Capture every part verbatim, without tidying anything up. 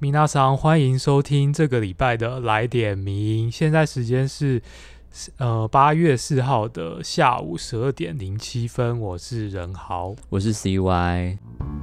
皆さん欢迎收听这个礼拜的来点迷音，现在时间是呃八月四号的下午十二点零七分，我是任豪， 我是 C Y。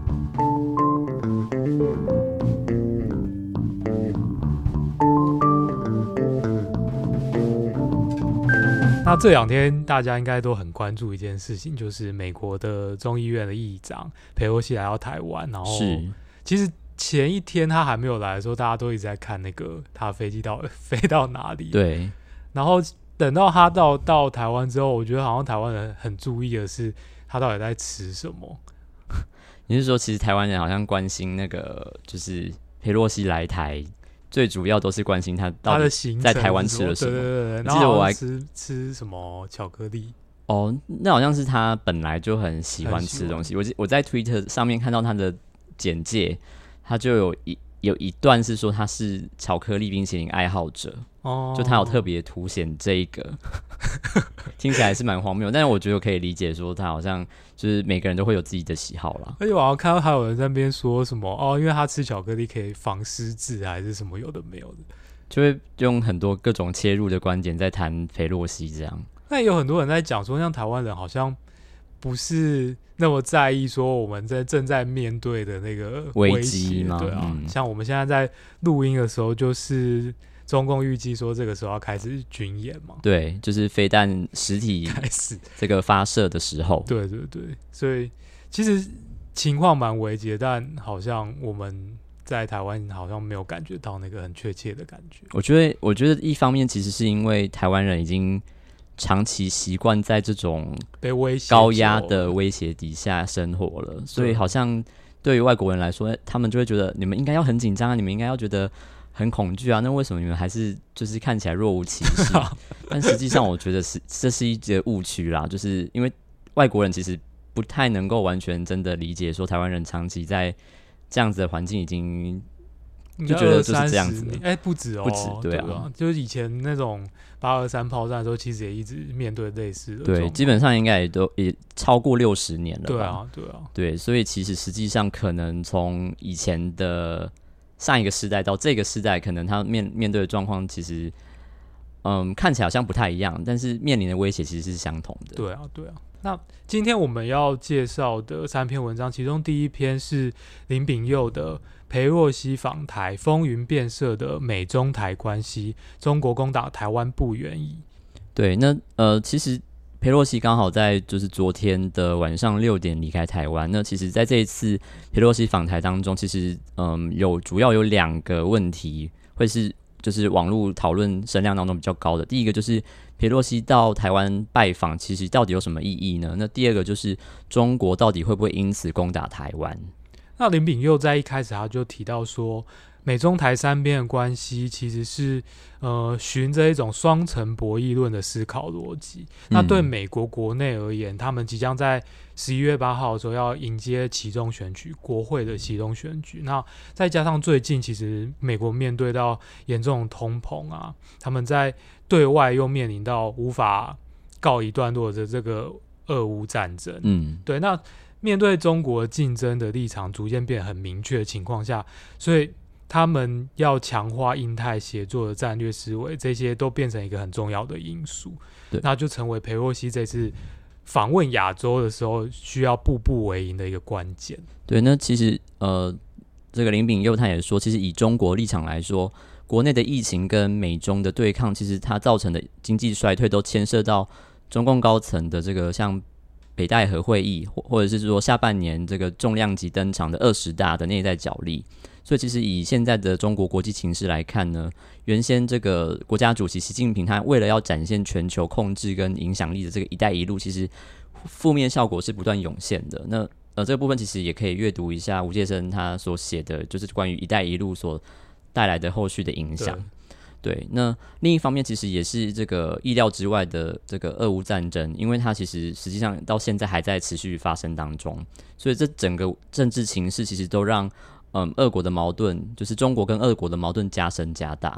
那这两天大家应该都很关注一件事情，就是美国的众议院的议长裴洛西来到台湾，然后其实前一天他还没有来的时候，大家都一直在看那个他的飞机到飞到哪里。 对， 然后等到他到到台湾之后，我觉得好像台湾人很注意的是他到底在吃什么。 你是说，其实台湾人好像关心那个，就是裴洛西来台，最主要都是关心他到底在台湾吃了什么？ 对对对对， 然后我还吃吃什么巧克力。 哦，那好像是他本来就很喜欢吃的东西。我我在 Twitter 上面看到他的简介，他就有一有一段是说他是巧克力冰淇淋爱好者，哦，就他有特别凸显这一个，听起来是蛮荒谬，但是我觉得我可以理解说他好像就是每个人都会有自己的喜好啦。 而且我好像看到还有人在那边说什么哦，因为他吃巧克力可以防失智还是什么有的没有的， 就会用很多各种切入的观点在谈裴洛西这样。 那也有很多人在讲说，像台湾人好像不是那么在意说我们在正在面对的那个危机吗？ 对啊、 嗯， 像我们现在在录音的时候，就是中共预计说这个时候要开始军演嘛。 对，就是飞弹实体开始这个发射的时候。 对对对，所以其实情况蛮危急的，但好像我们在台湾好像没有感觉到那个很确切的感觉。 我觉得，我觉得一方面其实是因为台湾人已经长期习惯在这种被威胁高压的威胁底下生活了，所以好像对于外国人来说，他们就会觉得你们应该要很紧张啊，你们应该要觉得很恐惧啊，那为什么你们还是就是看起来若无其事？但实际上，我觉得是这是一个误区啦，就是因为外国人其实不太能够完全真的理解说台湾人长期在这样子的环境已经。就觉得就是这样子， 哎、欸，不止哦， 不止，对啊， 对啊，就是以前那种八二三炮战的时候，其实也一直面对类似的， 对，基本上应该也都也超过六十年了吧， 对啊，对啊， 对，所以其实实际上可能从以前的上一个世代到这个世代，可能他面面对的状况其实，嗯，看起来好像不太一样，但是面临的威胁其实是相同的， 对啊，对啊。那今天我们要介绍的三篇文章，其中第一篇是林炳佑的裴洛西访台，风云变色的美中台关系，中国攻打台湾不远矣。 对，那呃，其实裴洛西刚好在就是昨天的晚上六点离开台湾。那其实在这一次裴洛西访台当中，其实嗯有主要有两个问题会是就是网络讨论声量当中比较高的。第一个就是裴洛西到台湾拜访，其实到底有什么意义呢？那第二个就是中国到底会不会因此攻打台湾？ 那林炳佑在一开始他就提到说，美中台三边的关系其实是呃循着一种双层博弈论的思考逻辑。嗯、那对美国国内而言，他们即将在十一月八号的时候要迎接期中选举，国会的期中选举。那再加上最近其实美国面对到严重的通膨啊，他们在对外又面临到无法告一段落的这个俄乌战争。嗯，对，那。面对中国竞争的立场逐渐变得很明确的情况下，所以他们要强化印太协作的战略思维，这些都变成一个很重要的因素。那就成为裴洛西这次访问亚洲的时候需要步步为营的一个关键。 对，那其实呃，这个林炳佑他也说，其实以中国立场来说，国内的疫情跟美中的对抗，其实它造成的经济衰退都牵涉到中共高层的这个像。北戴河会议，或者是说下半年这个重量级登场的二十大的内在角力，所以其实以现在的中国国际情势来看呢，原先这个国家主席习近平他为了要展现全球控制跟影响力的这个一带一路，其实负面效果是不断涌现的。那呃这个部分其实也可以阅读一下吴介生他所写的，就是关于一带一路所带来的后续的影响。对，那另一方面其实也是这个意料之外的这个俄乌战争，因为它其实实际上到现在还在持续发生当中，所以这整个政治情势其实都让嗯俄国的矛盾，就是中国跟俄国的矛盾加深加大。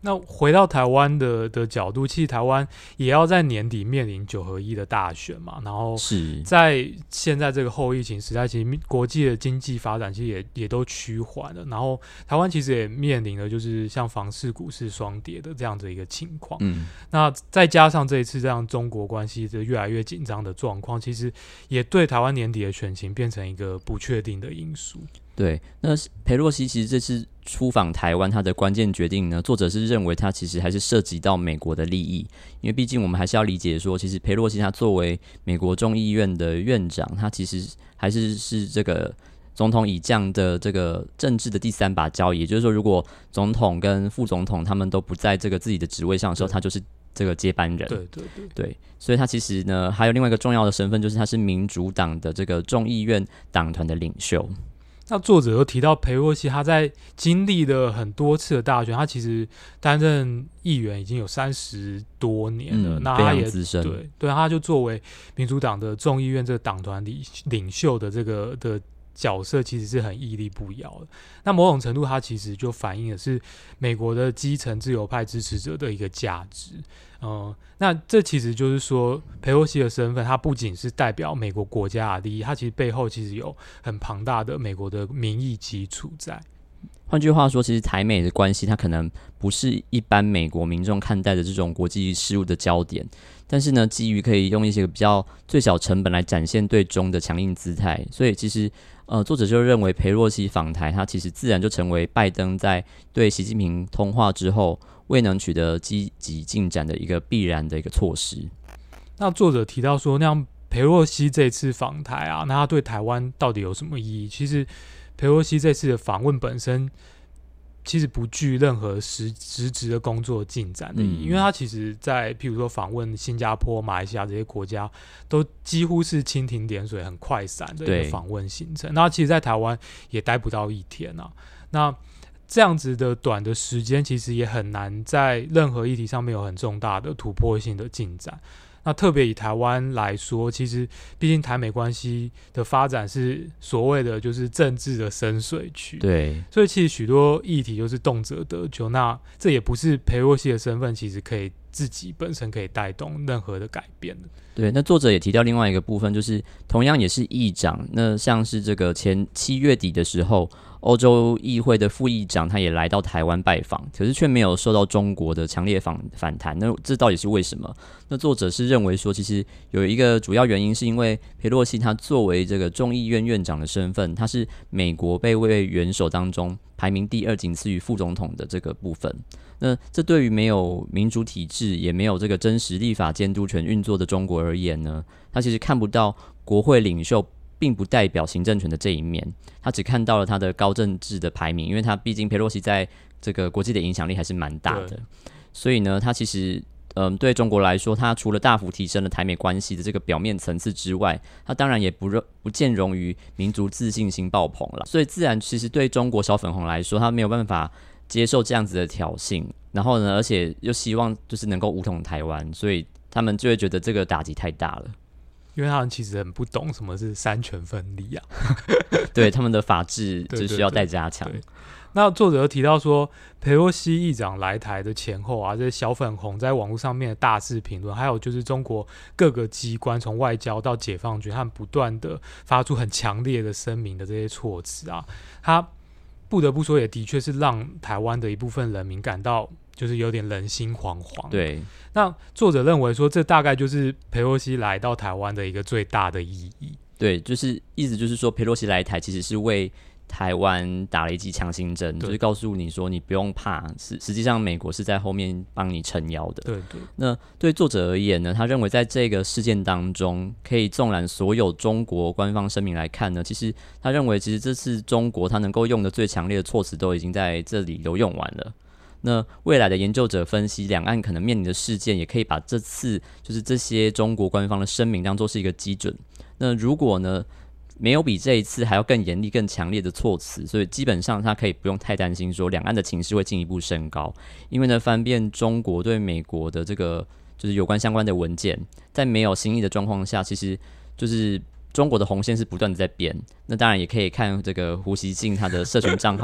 那回到台湾的的角度，其实台湾也要在年底面临九合一的大选嘛，然后在现在这个后疫情时代，其实国际的经济发展其实也也都趋缓了，然后台湾其实也面临了就是像房市、股市双跌的这样的一个情况。嗯，那再加上这一次这样中国关系的越来越紧张的状况，其实也对台湾年底的选情变成一个不确定的因素。 对，那裴洛西其实这次出访台湾，他的关键决定呢，作者是认为他其实还是涉及到美国的利益，因为毕竟我们还是要理解说，其实裴洛西他作为美国众议院的院长，他其实还是是这个总统以降的这个政治的第三把交椅，也就是说，如果总统跟副总统他们都不在这个自己的职位上的时候，他就是这个接班人。 对对对对，所以他其实呢还有另外一个重要的身份，就是他是民主党的这个众议院党团的领袖。 那作者又提到裴洛西他在经历了很多次的大选，他其实担任议员已经有三十多年了， 嗯、 那他也非常资深。 对对，他就作为民主党的众议院这个党团领领袖的这个的角色，其实是很屹立不摇的。那某种程度，他其实就反映的是美国的基层自由派支持者的一个价值。嗯，那这其实就是说，裴洛西的身份，他不仅是代表美国国家的利益，他其实背后其实有很庞大的美国的民意基础在。 换句话说，其实台美的关系，它可能不是一般美国民众看待的这种国际事务的焦点，但是呢，基于可以用一些比较最小成本来展现对中的强硬姿态，所以其实呃，作者就认为裴洛西访台，他其实自然就成为拜登在对习近平通话之后未能取得积极进展的一个必然的一个措施。 那作者提到说，那样裴洛西这次访台啊，那他对台湾到底有什么意义？其实裴洛西这次的访问本身其实不具任何实实质的工作进展的意义、嗯、因为他其实在譬如说访问新加坡、马来西亚这些国家都几乎是蜻蜓点水很快闪的一个访问行程，那其实在台湾也待不到一天啊，那这样子的短的时间其实也很难在任何议题上面有很重大的突破性的进展。那特别以台湾来说，其实毕竟台美关系的发展是所谓的就是政治的深水区， 对， 所以其实许多议题就是动辄得咎，那这也不是裴洛西的身份其实可以自己本身可以带动任何的改变的。 对，那作者也提到另外一个部分，就是同样也是议长，那像是这个前七月底的时候，欧洲议会的副议长他也来到台湾拜访，可是却没有受到中国的强烈反反弹。那这到底是为什么？那作者是认为说，其实有一个主要原因是因为裴洛西他作为这个众议院院长的身份，他是美国备位元首当中排名第二，仅次于副总统的这个部分。那这对于没有民主体制，也没有这个真实立法监督权运作的中国而言呢，他其实看不到国会领袖并不代表行政权的这一面，他只看到了他的高政治的排名，因为他毕竟裴洛西在这个国际的影响力还是蛮大的，所以呢，他其实嗯，对中国来说，他除了大幅提升了台美关系的这个表面层次之外，他当然也不不见容于民族自信心爆棚了，所以自然其实对中国小粉红来说，他没有办法接受这样子的挑衅，然后呢，而且又希望就是能够武统台湾，所以他们就会觉得这个打击太大了。 因为他们其实很不懂什么是三权分立啊， 对，他们的法治就需要再加强。 对对对对，那作者又提到说，裴洛西议长来台的前后啊，这些小粉红在网络上面的大肆评论，还有就是中国各个机关从外交到解放军，他们不断的发出很强烈的声明的这些措辞啊，他不得不说，也的确是让台湾的一部分人民感到就是有点人心惶惶。 对， 那作者认为说，这大概就是裴洛西来到台湾的一个最大的意义。 对，就是意思就是说，裴洛西来台其实是为台湾打了一剂强心针，就是告诉你说你不用怕，实实际上美国是在后面帮你撑腰的。 对对。 那对作者而言呢，他认为在这个事件当中，可以纵览所有中国官方声明来看呢，其实他认为其实这次中国他能够用的最强烈的措辞都已经在这里都用完了。那未来的研究者分析两岸可能面临的事件，也可以把这次就是这些中国官方的声明当作是一个基准。那如果呢没有比这一次还要更严厉、更强烈的措辞，所以基本上他可以不用太担心说两岸的情势会进一步升高，因为呢翻遍中国对美国的这个就是有关相关的文件，在没有新意的状况下，其实就是中国的红线是不断的在变。那当然也可以看这个胡锡进他的社群账号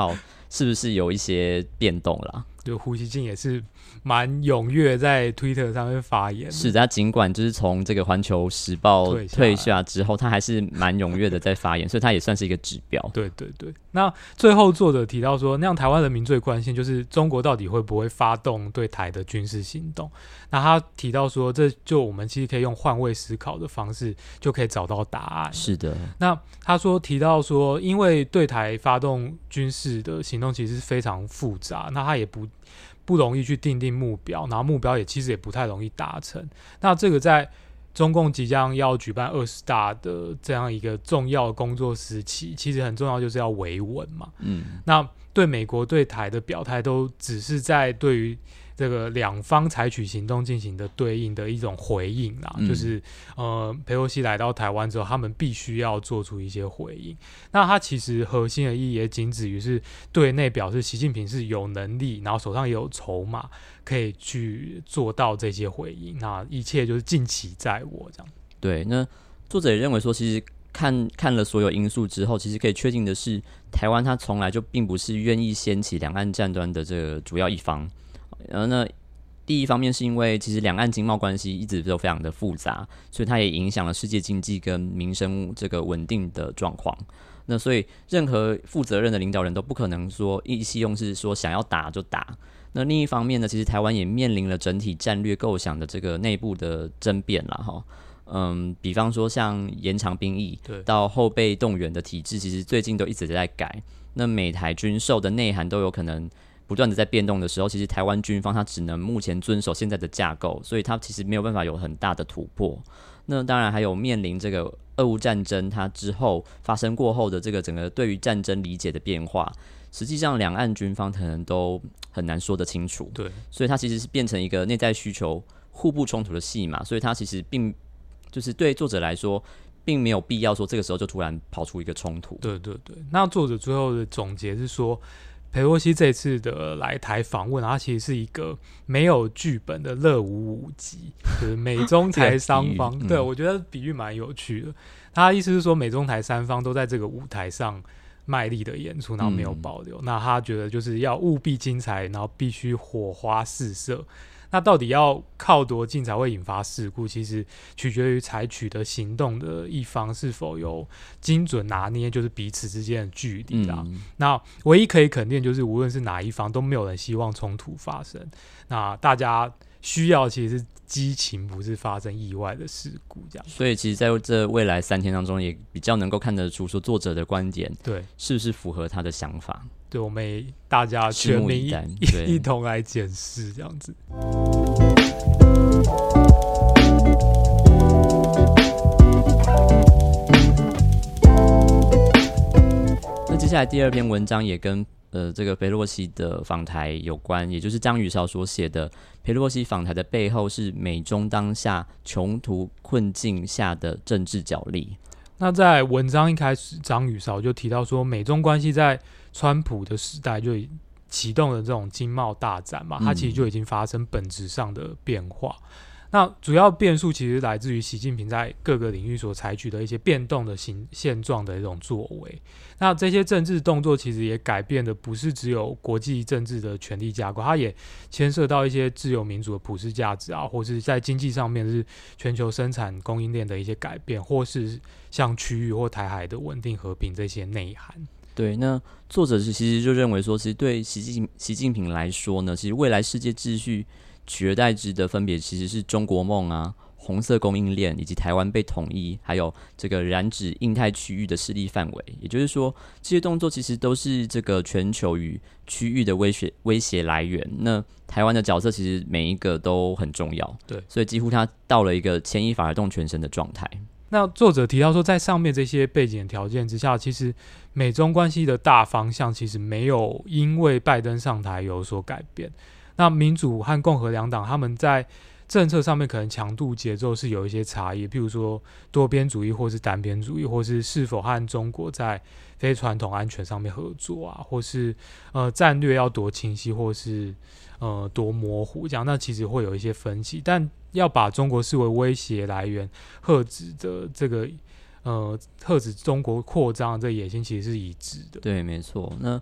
是不是有一些变动啦？ 就胡锡进也是蛮踊跃在 Twitter 上面发言的， 是他尽管就是从这个环球时报退下退下之后，他还是蛮踊跃的在发言，所以他也算是一个指标。 对对对，那最后作者提到说，那样台湾人民最关心就是中国到底会不会发动对台的军事行动。那他提到说，这就我们其实可以用换位思考的方式就可以找到答案。 是的， 那他说提到说，因为对台发动军事的行动其实是非常复杂，那他也不不容易去定定目标，然后目标也其实也不太容易达成。那这个在中共即将要举办二十大的这样一个重要的工作时期，其实很重要就是要维稳嘛。 嗯， 那对美国对台的表态都只是在对于这个两方采取行动进行的对应的一种回应啦，嗯、就是呃裴洛西来到台湾之后，他们必须要做出一些回应。那他其实核心的意义也仅止于是对内表示习近平是有能力，然后手上也有筹码可以去做到这些回应。那一切就是尽其在我这样。 对，那作者也认为说，其实看看了所有因素之后，其实可以确定的是，台湾它从来就并不是愿意掀起两岸战端的这个主要一方。然后呢，第一方面是因为其实两岸经贸关系一直都非常的复杂，所以它也影响了世界经济跟民生这个稳定的状况。那所以任何负责任的领导人都不可能说意气用事，说想要打就打。那另一方面呢，其实台湾也面临了整体战略构想的这个内部的争辩啦齁。嗯，比方说像延长兵役到后备动员的体制，其实最近都一直在改。那美台军售的内涵都有可能不断的在变动的时候，其实台湾军方它只能目前遵守现在的架构，所以它其实没有办法有很大的突破。那当然还有面临这个俄乌战争它之后发生过后的这个整个对于战争理解的变化，实际上两岸军方可能都很难说得清楚。 对， 所以它其实是变成一个内在需求互不冲突的戏码，所以它其实并就是对作者来说并没有必要说这个时候就突然跑出一个冲突。 对对对，那作者最后的总结是说，裴洛西这次的来台访问，它其实是一个没有剧本的乐舞舞集，就是美中台三方。对，嗯、我觉得比喻蛮有趣的。他的意思是说，美中台三方都在这个舞台上卖力的演出，然后没有保留。嗯、那他觉得就是要务必精彩，然后必须火花四射。那到底要靠多近才会引发事故，其实取决于采取的行动的一方是否有精准拿捏就是彼此之间的距离啦、嗯、那唯一可以肯定就是无论是哪一方都没有人希望冲突发生，那大家需要其实是激情，不是发生意外的事故这样。 所以其实在这未来三天当中也比较能够看得出说作者的观点对是不是符合他的想法。 对，我们也大家全民 一, 一, 一同来检视这样子。 那接下来第二篇文章也跟呃这个裴洛西的访台有关，也就是张宇韶所写的裴洛西访台的背后是美中当下穷途困境下的政治角力。 那在文章一开始，张宇韶就提到说，美中关系在川普的时代就启动了这种经贸大战嘛，它其实就已经发生本质上的变化。嗯、那主要变数其实来自于习近平在各个领域所采取的一些变动的形现状的一种作为。那这些政治动作其实也改变的不是只有国际政治的权力架构，它也牵涉到一些自由民主的普世价值啊，或是在经济上面是全球生产供应链的一些改变，或是像区域或台海的稳定和平这些内涵。 对，那作者其实就认为说，其实对习近习近平来说呢，其实未来世界秩序取而代之的分别其实是中国梦啊、红色供应链以及台湾被统一，还有这个染指印太区域的势力范围。也就是说，这些动作其实都是这个全球与区域的威胁威胁来源。那台湾的角色其实每一个都很重要，对，所以几乎他到了一个牵一发而动全身的状态。 那作者提到说，在上面这些背景的条件之下，其实美中关系的大方向其实没有因为拜登上台有所改变。那民主和共和两党他们在政策上面可能强度节奏是有一些差异，譬如说多边主义或是单边主义，或是是否和中国在非传统安全上面合作啊，或是呃战略要多清晰，或是呃多模糊这样，那其实会有一些分歧。但要把中国视为威胁来源，遏止的这个呃遏止中国扩张的这个野心其实是一致的。 对，没错。那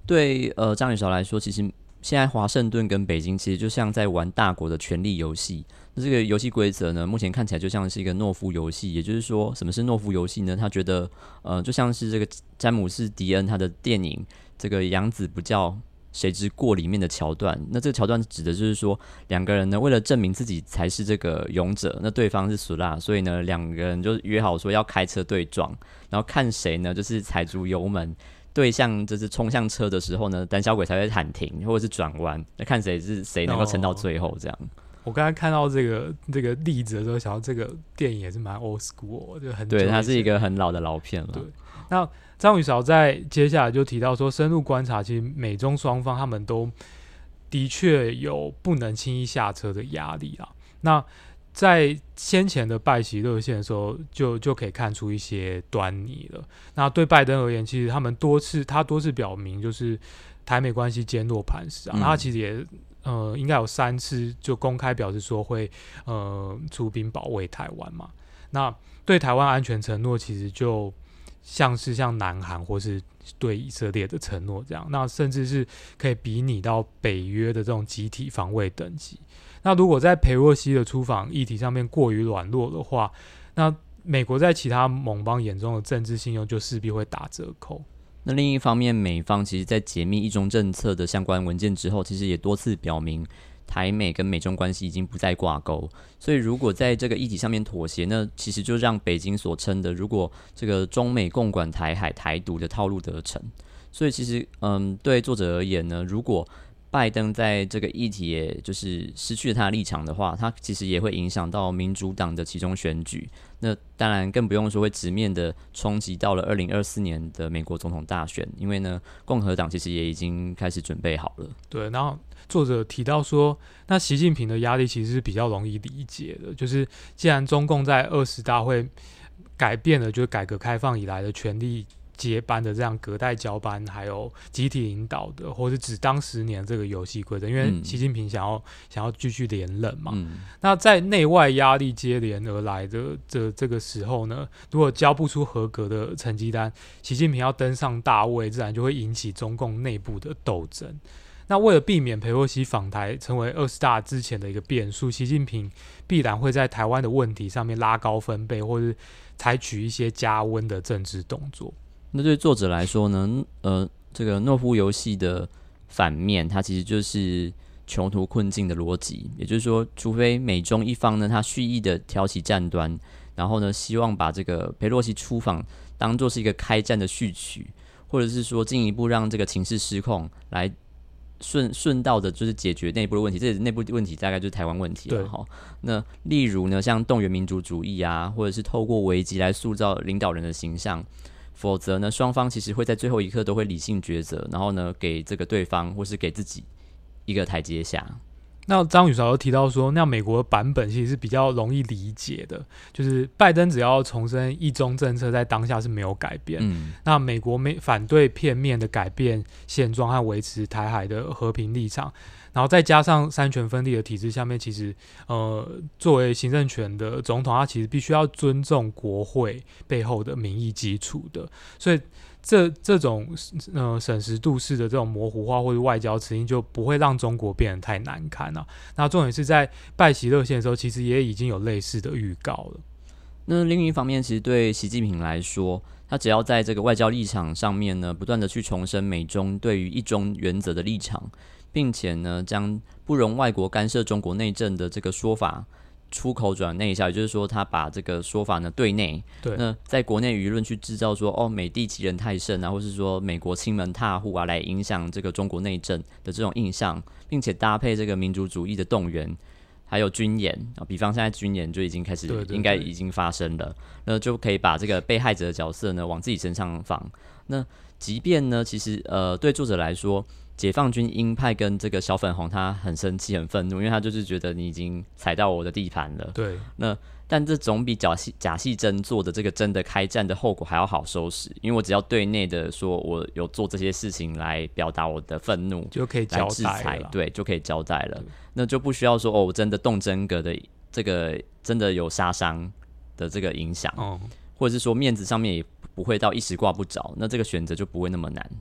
对呃张雨韶来说，其实现在华盛顿跟北京其实就像在玩大国的权力游戏。那这个游戏规则呢，目前看起来就像是一个懦夫游戏。也就是说，什么是懦夫游戏呢？他觉得呃，就像是这个詹姆斯·迪恩他的电影这个《养子不教谁之过》里面的桥段。那这个桥段指的就是说，两个人呢为了证明自己才是这个勇者，那对方是苏拉，所以呢两个人就约好说要开车对撞，然后看谁呢就是踩足油门。对向就是冲向车的时候呢，胆小鬼才会喊停，或者是转弯，那看谁是谁能够撑到最后这样。哦， 我刚才看到这个这个例子的时候，想到这个电影也是蛮 old school， 就很久以前， 对，它是一个很老的老片了。 对，那张雨韶在接下来就提到说，深入观察，其实美中双方他们都的确有不能轻易下车的压力啊。那在先前的拜习热线的时候就，就可以看出一些端倪了。那对拜登而言，其实他们多次他多次表明，就是台美关系坚若磐石啊。嗯、他其实也呃，应该有三次就公开表示说会呃出兵保卫台湾嘛。那对台湾安全承诺，其实就像是像南韩或是对以色列的承诺这样，那甚至是可以比拟到北约的这种集体防卫等级。那如果在裴洛西的出访议题上面过于软弱的话，那美国在其他盟邦眼中的政治信用就势必会打折扣。 那另一方面，美方其实在解密一中政策的相关文件之后，其实也多次表明台美跟美中关系已经不再挂钩，所以如果在这个议题上面妥协，那其实就让北京所称的如果这个中美共管台海台独的套路得逞。所以其实嗯，对作者而言呢，如果拜登在这个议题也就是失去了他的立场的话，他其实也会影响到民主党的其中选举。那当然更不用说会直面的冲击到了二零二四年的美国总统大选，因为呢共和党其实也已经开始准备好了。 对，然后作者提到说，那习近平的压力其实是比较容易理解的，就是既然中共在二十大会改变了就是改革开放以来的权力接班的这样隔代交班，还有集体领导的，或是只当十年这个游戏规则，因为习近平想要、嗯、想要继续连任嘛。嗯、那在内外压力接连而来的这这个时候呢，如果交不出合格的成绩单，习近平要登上大位，自然就会引起中共内部的斗争。那为了避免裴洛西访台成为二十大之前的一个变数，习近平必然会在台湾的问题上面拉高分贝，或是采取一些加温的政治动作。 那对作者来说呢，呃，这个懦夫游戏的反面，它其实就是囚徒困境的逻辑。也就是说，除非美中一方呢，他蓄意的挑起战端，然后呢，希望把这个裴洛西出访当作是一个开战的序曲，或者是说进一步让这个情势失控，来顺顺道的就是解决内部的问题。这内部问题大概就是台湾问题了哈。那例如呢，像动员民主主义啊，或者是透过危机来塑造领导人的形象。否则呢，双方其实会在最后一刻都会理性抉择，然后呢，给这个对方或是给自己一个台阶下。 那张雨韶又提到说，那美国的版本其实是比较容易理解的，就是拜登只要重申一中政策在当下是没有改变，嗯、那美国没反对片面的改变现状和维持台海的和平立场。然后再加上三权分立的体制下面，其实呃，作为行政权的总统，他其实必须要尊重国会背后的民意基础的，所以这这种呃审时度势的这种模糊化或者外交词音，就不会让中国变得太难看啊。那重点是在拜习热线的时候，其实也已经有类似的预告了。 那另一方面，其实对习近平来说，他只要在这个外交立场上面呢，不断的去重申美中对于一中原则的立场。并且呢，将不容外国干涉中国内政的这个说法出口转内销，也就是说，他把这个说法呢对内， 对， 那在国内舆论去制造说，哦，美帝欺人太甚啊，或是说美国亲门踏户啊，来影响这个中国内政的这种印象，并且搭配这个民族主义的动员，还有军演啊，比方现在军演就已经开始， 对对对， 应该已经发生了，那就可以把这个被害者的角色呢往自己身上放。那即便呢，其实呃，对作者来说。解放军鹰派跟这个小粉红他很生气很愤怒，因为他就是觉得你已经踩到我的地盘了。 对， 那但这总比假戏假戏真做的这个真的开战的后果还要好收拾，因为我只要对内的说我有做这些事情来表达我的愤怒， 就可以交代了， 对，就可以交代了。那就不需要说哦，我真的动真格的这个真的有杀伤的这个影响，哦，或者是说面子上面也不会到一时挂不着，那这个选择就不会那么难。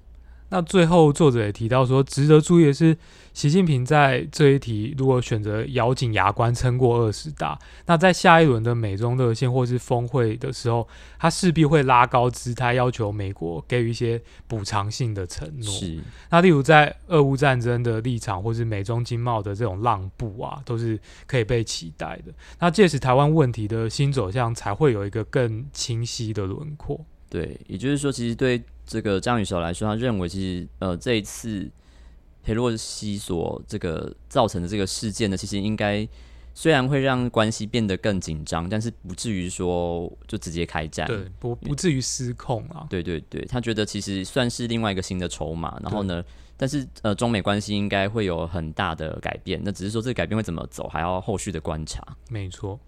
那最后作者也提到说，值得注意的是，习近平在这一题如果选择咬紧牙关撑过二十大，那在下一轮的美中热线或是峰会的时候，他势必会拉高姿态，要求美国给予一些补偿性的承诺。 是， 那例如在俄乌战争的立场，或是美中经贸的这种让步啊，都是可以被期待的。那届时台湾问题的新走向才会有一个更清晰的轮廓。 对，也就是说，其实对这个张宇韶来说，他认为其实呃这一次裴洛西所这个造成的这个事件呢，其实应该虽然会让关系变得更紧张，但是不至于说就直接开战， 对，不不至于失控啊。 对对对，他觉得其实算是另外一个新的筹码，然后呢，但是呃中美关系应该会有很大的改变，那只是说这个改变会怎么走，还要后续的观察。 没错。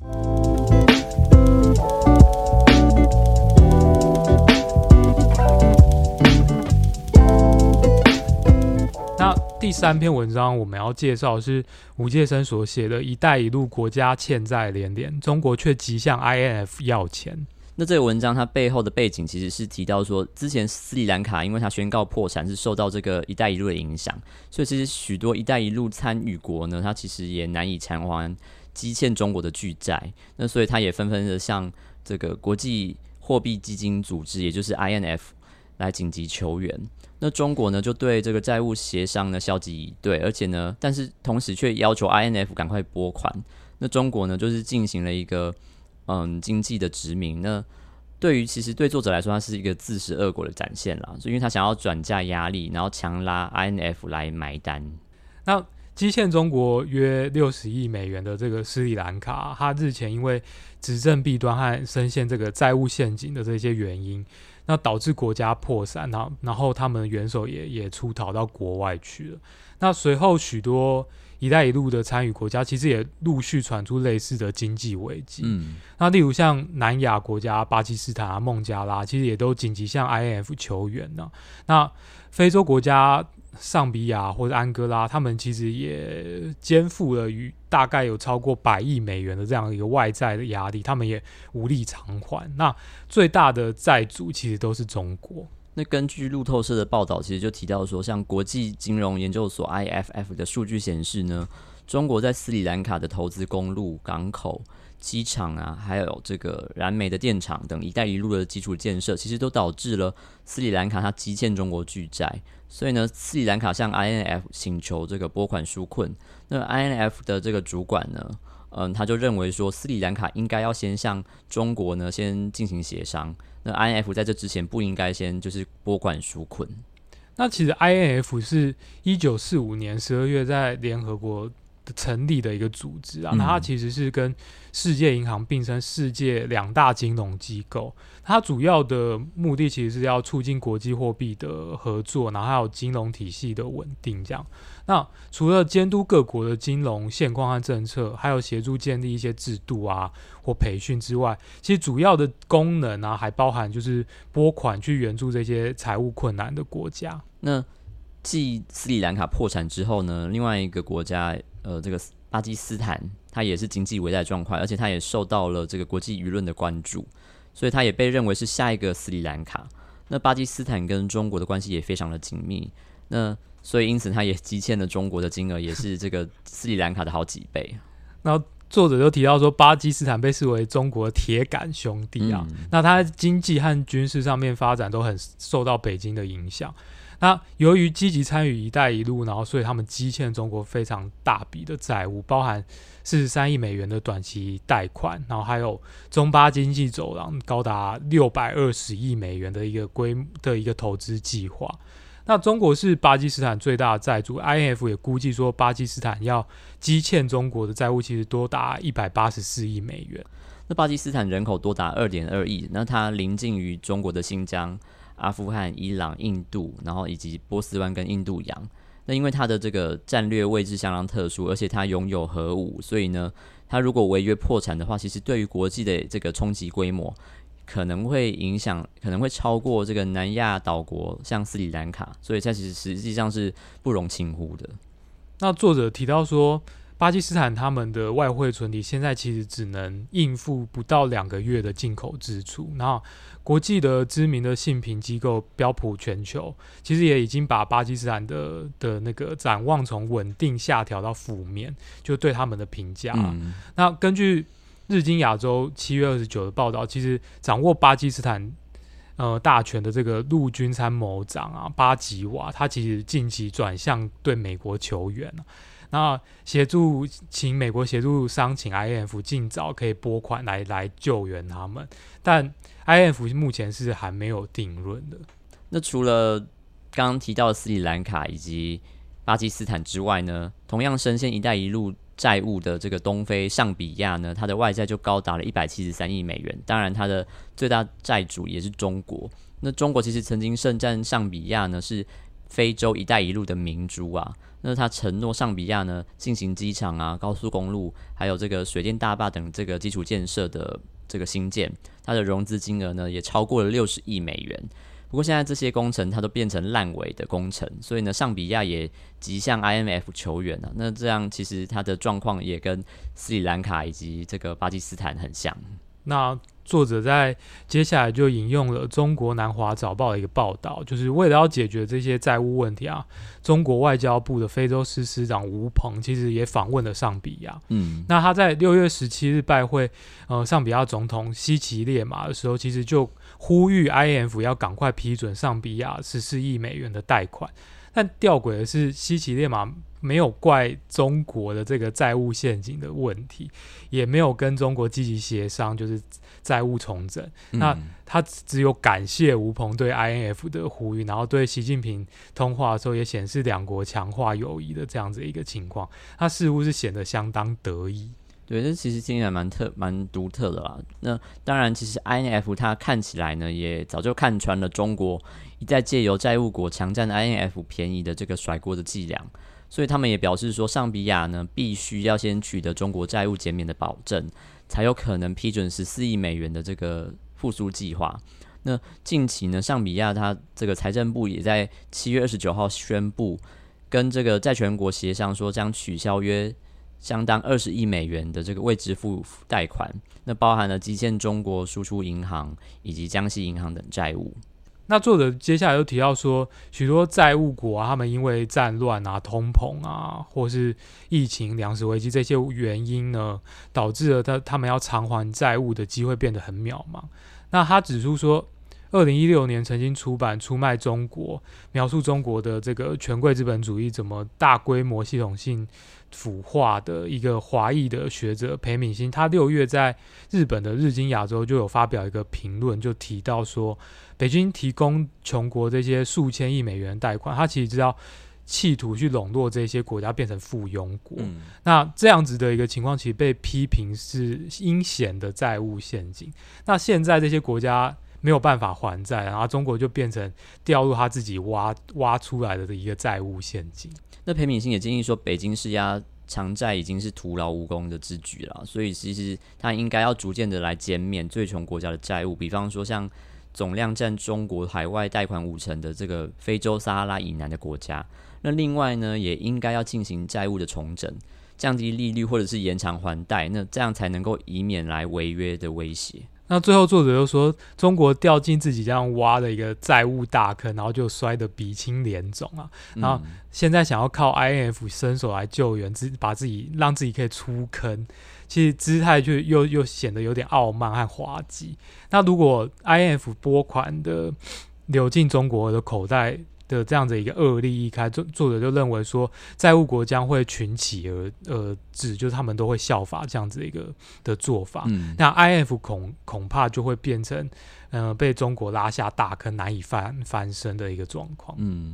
那第三篇文章我们要介绍的是吴介生所写的《一带一路国家欠债连连，中国却急向 I M F 要钱》。 那这个文章它背后的背景其实是提到说，之前斯里兰卡因为它宣告破产是受到这个一带一路的影响，所以其实许多一带一路参与国呢，它其实也难以偿还积欠中国的巨债，那所以它也纷纷的向这个国际货币基金组织，也就是 I M F 来紧急求援。那中国呢，就对这个债务协商呢消极以对，而且呢，但是同时却要求 I M F 赶快拨款。那中国呢，就是进行了一个嗯经济的殖民。那对于其实对作者来说，它是一个自食恶果的展现啦，所以因为他想要转嫁压力，然后强拉 I M F 来买单。 那积欠中国约六十亿美元的这个斯里兰卡，它日前因为执政弊端和深陷这个债务陷阱的这些原因，那导致国家破产，然后然后他们的元首也也出逃到国外去了。那随后许多一带一路的参与国家其实也陆续传出类似的经济危机。嗯，那例如像南亚国家巴基斯坦啊、孟加拉，其实也都紧急向 I M F 求援呢。那非洲国家尚比亚或者安哥拉，他们其实也肩负了与大概有超过百亿美元的这样一个外债的压力，他们也无力偿还。那最大的债主其实都是中国。 那根据路透社的报道，其实就提到说，像国际金融研究所 I F F 的数据显示呢，中国在斯里兰卡的投资公路、港口、机场啊，还有这个燃煤的电厂等一带一路的基础建设，其实都导致了斯里兰卡它积欠中国巨债。所以呢，斯里兰卡向 I M F 请求这个拨款纾困。那 I M F 的这个主管呢，嗯，他就认为说，斯里兰卡应该要先向中国呢先进行协商。那 I M F 在这之前不应该先就是拨款纾困。 那其实 I M F 是一九四五年十二月在联合国成立的一个组织啊，那它其实是跟世界银行并称世界两大金融机构。它主要的目的其实是要促进国际货币的合作，然后还有金融体系的稳定这样。那除了监督各国的金融现况和政策，还有协助建立一些制度啊或培训之外，其实主要的功能啊还包含就是拨款去援助这些财务困难的国家。 那继斯里兰卡破产之后呢，另外一个国家呃，这个巴基斯坦，它也是经济危殆状况，而且它也受到了这个国际舆论的关注，所以它也被认为是下一个斯里兰卡。那巴基斯坦跟中国的关系也非常的紧密，那所以因此它也积欠了中国的金额，也是这个斯里兰卡的好几倍。 那作者就提到说，巴基斯坦被视为中国的铁杆兄弟啊，嗯、那它经济和军事上面发展都很受到北京的影响。那由于积极参与一带一路，然后所以他们积欠中国非常大笔的债务，包含四十三亿美元的短期贷款，然后还有中巴经济走廊高达六百二十亿美元的一个规的一个投资计划。那中国是巴基斯坦最大的债主 ，I M F 也估计说巴基斯坦要积欠中国的债务其实多达一百八十四亿美元。 那巴基斯坦人口多达二点二亿，那它临近于中国的新疆、阿富汗、伊朗、印度，然后以及波斯湾跟印度洋。那因为它的这个战略位置相当特殊，而且它拥有核武，所以呢，它如果违约破产的话，其实对于国际的这个冲击规模可能会影响，可能会超过这个南亚岛国，像斯里兰卡，所以它其实实际上是不容轻忽的。 那作者提到说， 巴基斯坦他们的外汇存底现在其实只能应付不到两个月的进口支出，然后国际的知名的信评机构标普全球其实也已经把巴基斯坦的的那个展望从稳定下调到负面，就对他们的评价、啊嗯。那根据日经亚洲七月二十九的报道，其实掌握巴基斯坦呃大权的这个陆军参谋长啊巴吉瓦，他其实近期转向对美国求援、啊那协助请美国协助商请 I M F 尽早可以拨款来来救援他们，但 I M F 目前是还没有定论的。 那除了刚刚提到的斯里兰卡以及巴基斯坦之外呢，同样深陷“一带一路”债务的这个东非尚比亚呢，它的外债就高达了一百七十三亿美元。当然，它的最大债主也是中国。那中国其实曾经盛赞尚比亚呢是非洲“一带一路”的明珠啊。那他承诺尚比亚呢进行机场啊、高速公路，还有这个水电大坝等这个基础建设的这个新建，它的融资金额呢也超过了六十亿美元。不过现在这些工程它都变成烂尾的工程，所以呢尚比亚也急向 I M F 求援啊。那这样其实它的状况也跟斯里兰卡以及这个巴基斯坦很像。 那作者在接下来就引用了中国南华早报的一个报道，就是为了要解决这些债务问题啊，中国外交部的非洲司司长吴鹏其实也访问了尚比亚。嗯，那他在六月十七日拜会呃尚比亚总统西奇列马的时候，其实就呼吁 I M F 要赶快批准尚比亚十四亿美元的贷款。但吊诡的是，西奇列马没有怪中国的这个债务陷阱的问题，也没有跟中国积极协商，就是债务重整、嗯。那他只有感谢吴鹏对 I M F 的呼吁，然后对习近平通话的时候也显示两国强化友谊的这样子一个情况，他似乎是显得相当得意。 对，这其实听起来蛮特、蛮独特的啦。那当然，其实 I M F 它看起来呢，也早就看穿了中国一再借由债务国强占 I M F 便宜的这个甩锅的伎俩，所以他们也表示说，尚比亚呢必须要先取得中国债务减免的保证，才有可能批准十四亿美元的这个复苏计划。那近期呢，尚比亚它这个财政部也在七月二十九号宣布，跟这个债权国协商说，将取消约相当二十亿美元的这个未支付贷款，那包含了基建中国输出银行以及江西银行等债务。 那作者接下来又提到说，许多债务国啊，他们因为战乱啊、通膨啊，或是疫情、粮食危机这些原因呢，导致了他他们要偿还债务的机会变得很渺茫。那他指出说，二零一六年曾经出版《出卖中国》，描述中国的这个权贵资本主义怎么大规模系统性腐化的一个华裔的学者裴敏欣，他六月在日本的日经亚洲就有发表一个评论，就提到说，北京提供穷国这些数千亿美元贷款，他其实知道企图去笼络这些国家变成附庸国、嗯、那这样子的一个情况其实被批评是阴险的债务陷阱。那现在这些国家没有办法还债，然后中国就变成掉入他自己 挖, 挖出来的一个债务陷阱。 那裴敏欣也建议说，北京施压偿债已经是徒劳无功的之举了，所以其实他应该要逐渐的来减免最穷国家的债务，比方说像总量占中国海外贷款五成的这个非洲撒哈拉以南的国家。那另外呢，也应该要进行债务的重整，降低利率或者是延长还贷，那这样才能够以免来违约的威胁。 那最后作者又说，中国掉进自己这样挖的一个债务大坑，然后就摔得鼻青脸肿啊，然后现在想要靠 I M F 伸手来救援，把自己让自己可以出坑，其实姿态就又又显得有点傲慢和滑稽。那如果 I M F 拨款的流进中国的口袋的这样的一个恶例一开，作者就认为说，债务国将会群起而而至，就是他们都会效法这样子一个的做法。嗯、那 I M F 恐恐怕就会变成，呃，被中国拉下大坑，难以翻翻身的一个状况。嗯。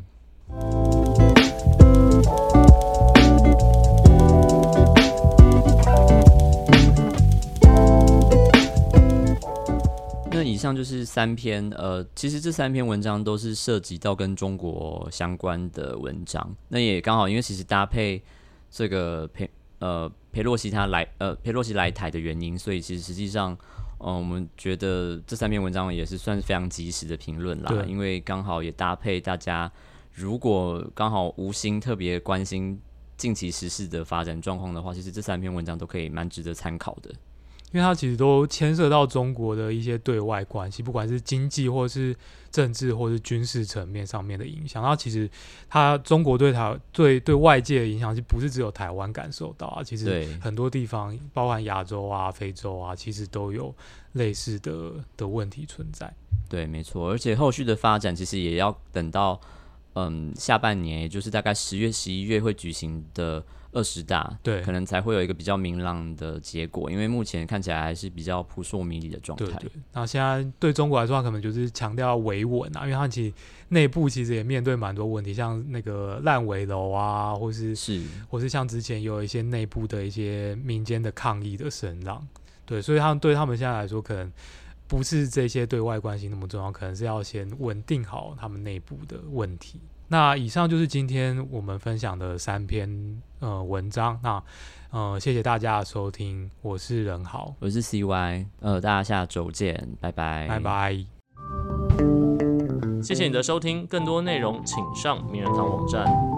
那以上就是三篇，呃，其实这三篇文章都是涉及到跟中国相关的文章。那也刚好，因为其实搭配这个裴呃裴洛西他来呃裴洛西来台的原因，所以其实实际上，嗯、呃，我们觉得这三篇文章也是算是非常及时的评论啦。因为刚好也搭配大家，如果刚好无心特别关心近期时事的发展状况的话，其实这三篇文章都可以蛮值得参考的。 因为它其实都牵涉到中国的一些对外关系，不管是经济或是政治或是军事层面上面的影响。然后其实它中国对台对对外界的影响，其实不是只有台湾感受到啊，其实很多地方，包含亚洲啊、非洲啊，其实都有类似的的问题存在。 对，没错，而且后续的发展其实也要等到嗯下半年，也就是大概十月、十一月会举行的二十大， 对， 可能才会有一个比较明朗的结果，因为目前看起来还是比较扑朔迷离的状态。 对对，那现在对中国来说，可能就是强调维稳啊，因为它其实内部其实也面对蛮多问题，像那个烂尾楼啊，或是是， 或是像之前有一些内部的一些民间的抗议的声浪，对，所以他们对他们现在来说，可能不是这些对外关系那么重要，可能是要先稳定好他们内部的问题。那以上就是今天我们分享的三篇呃文章。那呃谢谢大家的收听，我是任豪， 我是 C Y， 呃，大家下周见，拜拜， 拜拜。 谢谢你的收听，更多内容请上名人堂网站。